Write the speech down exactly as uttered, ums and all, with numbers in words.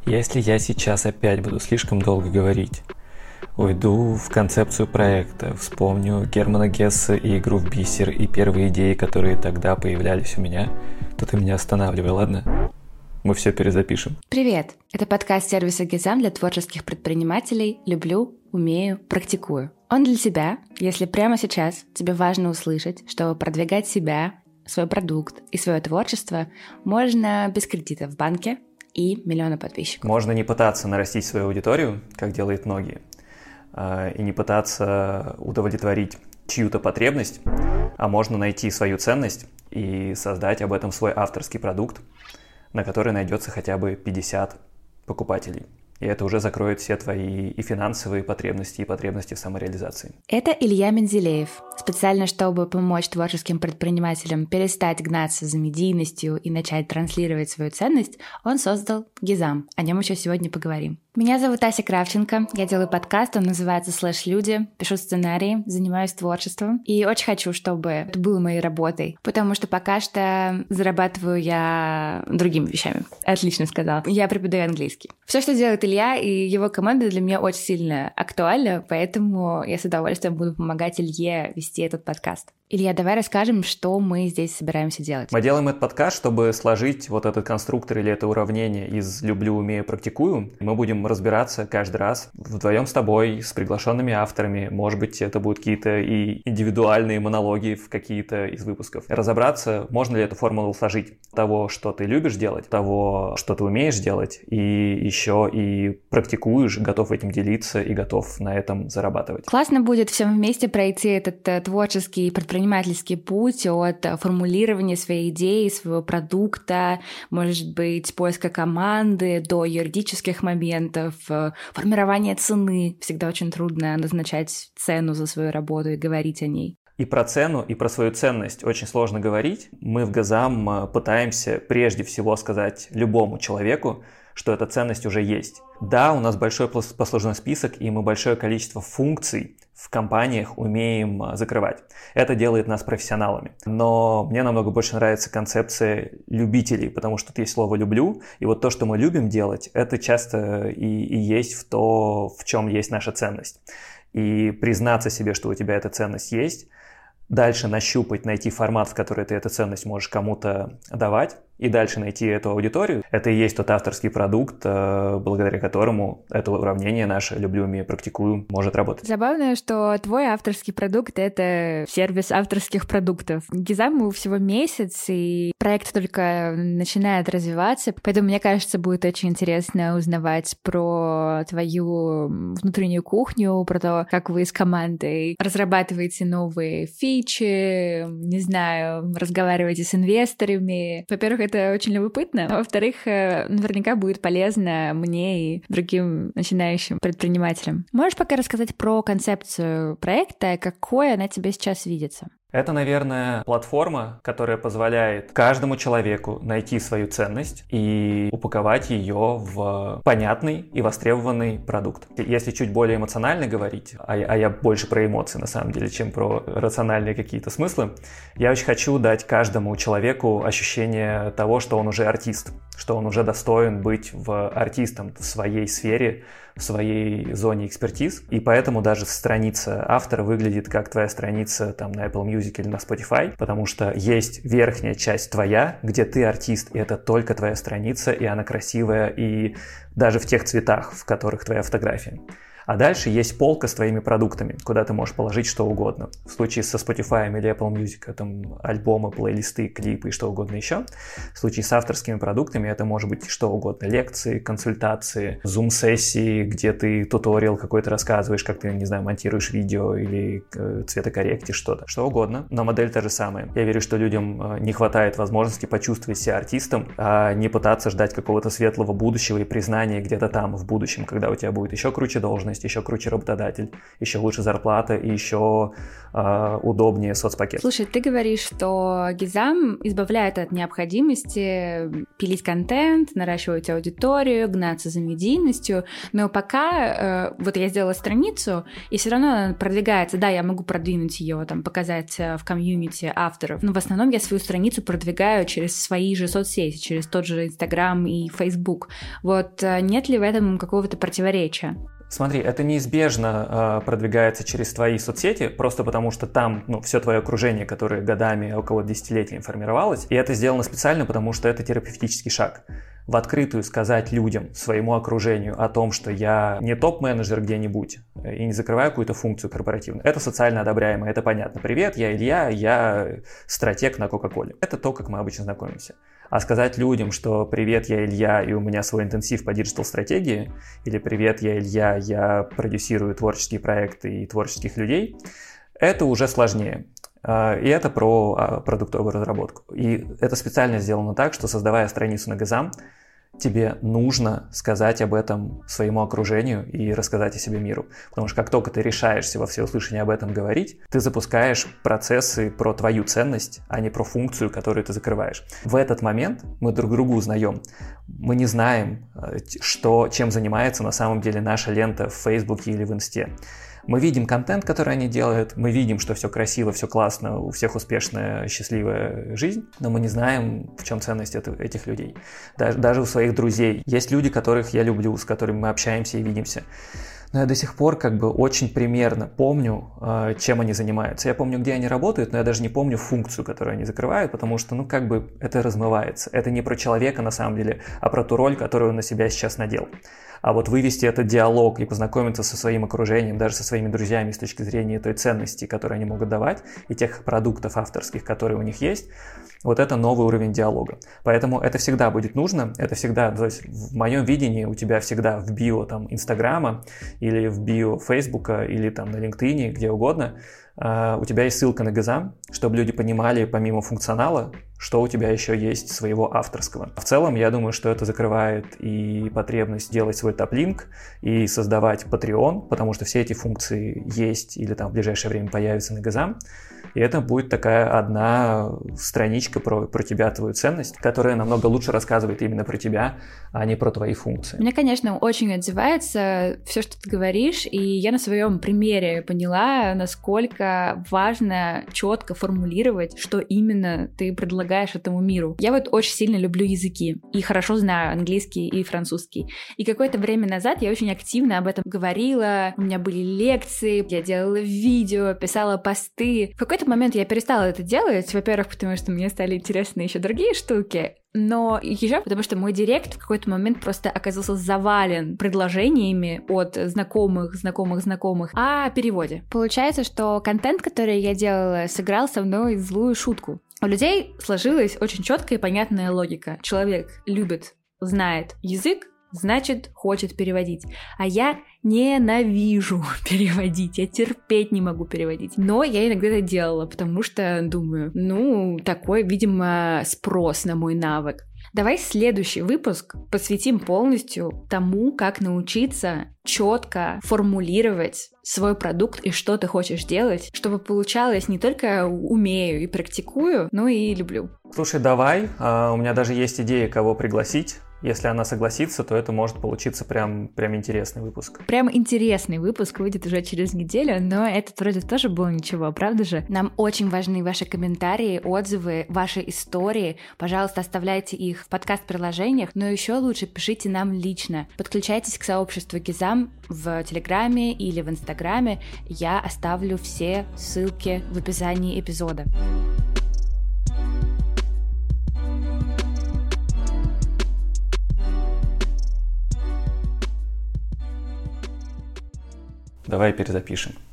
Если я сейчас опять буду слишком долго говорить, уйду в концепцию проекта, вспомню Германа Гесса и игру в бисер и первые идеи, которые тогда появлялись у меня, то ты меня останавливай, ладно? Мы все перезапишем. Привет! Это подкаст сервиса Гизам для творческих предпринимателей «Люблю, умею, практикую». Он для тебя, если прямо сейчас тебе важно услышать, что продвигать себя, свой продукт и свое творчество можно без кредита в банке и миллиона подписчиков. Можно не пытаться нарастить свою аудиторию, как делают многие, и не пытаться удовлетворить чью-то потребность, а можно найти свою ценность и создать об этом свой авторский продукт, на который найдется хотя бы пятьдесят покупателей. И это уже закроет все твои и финансовые потребности, и потребности в самореализации. Это Илья Мензелеев. Специально, чтобы помочь творческим предпринимателям перестать гнаться за медийностью и начать транслировать свою ценность, он создал Гизам. О нем еще сегодня поговорим. Меня зовут Ася Кравченко, я делаю подкаст, он называется «Слэш Люди», пишу сценарии, занимаюсь творчеством. И очень хочу, чтобы это было моей работой, потому что пока что зарабатываю я другими вещами. Отлично сказала. Я преподаю английский. Все, что делает Илья и его команда, для меня очень сильно актуально, поэтому я с удовольствием буду помогать Илье вести этот подкаст. Илья, давай расскажем, что мы здесь собираемся делать. Мы делаем этот подкаст, чтобы сложить вот этот конструктор или это уравнение из «люблю, умею, практикую». Мы будем разбираться каждый раз вдвоем с тобой, с приглашенными авторами. Может быть, это будут какие-то и индивидуальные монологи в какие-то из выпусков. Разобраться, можно ли эту формулу сложить того, что ты любишь делать, того, что ты умеешь делать, и еще и практикуешь, готов этим делиться и готов на этом зарабатывать. Классно будет всем вместе пройти этот э, творческий предпринимательский предпринимательский путь от формулирования своей идеи, своего продукта, может быть, поиска команды, до юридических моментов, формирования цены. Всегда очень трудно назначать цену за свою работу и говорить о ней. И про цену, и про свою ценность очень сложно говорить. Мы в Газам пытаемся прежде всего сказать любому человеку, что эта ценность уже есть. Да, у нас большой послужной список, и мы большое количество функций в компаниях умеем закрывать. Это делает нас профессионалами. Но мне намного больше нравится концепция любителей, потому что тут есть слово «люблю», и вот то, что мы любим делать, это часто и, и есть в то, в чем есть наша ценность. И признаться себе, что у тебя эта ценность есть, дальше нащупать, найти формат, в который ты эту ценность можешь кому-то давать, и дальше найти эту аудиторию. Это и есть тот авторский продукт, благодаря которому это уравнение наше «люблю, умею, практикую» может работать. Забавно, что твой авторский продукт — это сервис авторских продуктов. Гизаму всего месяц, и проект только начинает развиваться, поэтому, мне кажется, будет очень интересно узнавать про твою внутреннюю кухню, про то, как вы с командой разрабатываете новые фичи, не знаю, разговариваете с инвесторами. Во-первых, это очень любопытно. А во-вторых, наверняка будет полезно мне и другим начинающим предпринимателям. Можешь пока рассказать про концепцию проекта, какой она тебе сейчас видится? Это, наверное, платформа, которая позволяет каждому человеку найти свою ценность и упаковать ее в понятный и востребованный продукт. Если чуть более эмоционально говорить, а я, а я больше про эмоции на самом деле, чем про рациональные какие-то смыслы, я очень хочу дать каждому человеку ощущение того, что он уже артист, что он уже достоин быть в артистом в своей сфере, в своей зоне экспертиз, и поэтому даже страница автора выглядит как твоя страница там на Apple Music или на Spotify, потому что есть верхняя часть твоя, где ты артист, и это только твоя страница, и она красивая, и даже в тех цветах, в которых твоя фотография. А дальше есть полка с твоими продуктами, куда ты можешь положить что угодно. В случае со Spotify или Apple Music там альбомы, плейлисты, клипы и что угодно еще. В случае с авторскими продуктами это может быть что угодно. Лекции, консультации, зум-сессии, где ты туториал какой-то рассказываешь, как ты, не знаю, монтируешь видео или э, цветокорректишь что-то. Что угодно. Но модель та же самая. Я верю, что людям не хватает возможности почувствовать себя артистом, а не пытаться ждать какого-то светлого будущего и признания где-то там в будущем, когда у тебя будет еще круче должность, доступность, еще круче работодатель, еще лучше зарплата и еще э, удобнее соцпакет. Слушай, ты говоришь, что Гизам избавляет от необходимости пилить контент, наращивать аудиторию, гнаться за медийностью, но пока э, вот я сделала страницу, и все равно она продвигается. Да, я могу продвинуть ее, там, показать в комьюнити авторов, но в основном я свою страницу продвигаю через свои же соцсети, через тот же Инстаграм и Фейсбук. Вот нет ли в этом какого-то противоречия? Смотри, это неизбежно э, продвигается через твои соцсети, просто потому что там, ну, все твое окружение, которое годами, около десятилетий формировалось, и это сделано специально, потому что это терапевтический шаг. В открытую сказать людям, своему окружению о том, что я не топ-менеджер где-нибудь и не закрываю какую-то функцию корпоративную, это социально одобряемо, это понятно. Привет, я Илья, я стратег на Кока-Коле. Это то, как мы обычно знакомимся. А сказать людям, что привет, я Илья, и у меня свой интенсив по диджитал-стратегии, или привет, я Илья, я продюсирую творческие проекты и творческих людей, это уже сложнее. И это про продуктовую разработку. И это специально сделано так, что, создавая страницу на Гизам, тебе нужно сказать об этом своему окружению и рассказать о себе миру. Потому что как только ты решаешься во всеуслышание об этом говорить, ты запускаешь процессы про твою ценность, а не про функцию, которую ты закрываешь. В этот момент мы друг друга узнаем. Мы не знаем, что, чем занимается на самом деле наша лента в Фейсбуке или в Инсте. Мы видим контент, который они делают, мы видим, что все красиво, все классно, у всех успешная, счастливая жизнь, но мы не знаем, в чем ценность это, этих людей. Даже, даже у своих друзей есть люди, которых я люблю, с которыми мы общаемся и видимся. Но я до сих пор как бы очень примерно помню, чем они занимаются. Я помню, где они работают, но я даже не помню функцию, которую они закрывают, потому что, ну, как бы это размывается. Это не про человека на самом деле, а про ту роль, которую он на себя сейчас надел. А вот вывести этот диалог и познакомиться со своим окружением, даже со своими друзьями с точки зрения той ценности, которую они могут давать, и тех продуктов авторских, которые у них есть, вот это новый уровень диалога. Поэтому это всегда будет нужно, это всегда, то есть в моем видении у тебя всегда в био там Инстаграма или в био Фейсбука или там на LinkedIn, где угодно, Uh, у тебя есть ссылка на Гизам, чтобы люди понимали, помимо функционала, что у тебя еще есть своего авторского. В целом, я думаю, что это закрывает и потребность делать свой топ-линк и создавать Patreon, потому что все эти функции есть или там в ближайшее время появятся на Гизам. И это будет такая одна страничка про, про тебя, твою ценность, которая намного лучше рассказывает именно про тебя, а не про твои функции. Мне, конечно, очень отзывается все, что ты говоришь, и я на своем примере поняла, насколько важно четко формулировать, что именно ты предлагаешь этому миру. Я вот очень сильно люблю языки и хорошо знаю английский и французский. И какое-то время назад я очень активно об этом говорила, у меня были лекции, я делала видео, писала посты. В какой-то момент я перестала это делать, во-первых, потому что мне стали интересны еще другие штуки, но еще потому что мой директ в какой-то момент просто оказался завален предложениями от знакомых, знакомых, знакомых о переводе. Получается, что контент, который я делала, сыграл со мной злую шутку. У людей сложилась очень четкая и понятная логика. Человек любит, знает язык, значит, хочет переводить. А я ненавижу переводить, я терпеть не могу переводить. Но я иногда это делала, потому что думаю, ну, такой, видимо, спрос на мой навык. Давай следующий выпуск посвятим полностью тому, как научиться четко формулировать свой продукт и что ты хочешь делать, чтобы получалось не только умею и практикую, но и люблю. Слушай, давай, у меня даже есть идея, кого пригласить. Если она согласится, то это может получиться прям, прям интересный выпуск. Прям интересный выпуск выйдет уже через неделю, но этот вроде тоже был ничего, правда же? Нам очень важны ваши комментарии, отзывы, ваши истории. Пожалуйста, оставляйте их в подкаст-приложениях, но еще лучше пишите нам лично. Подключайтесь к сообществу Гизам в Телеграме или в Инстаграме. Я оставлю все ссылки в описании эпизода. Давай перезапишем.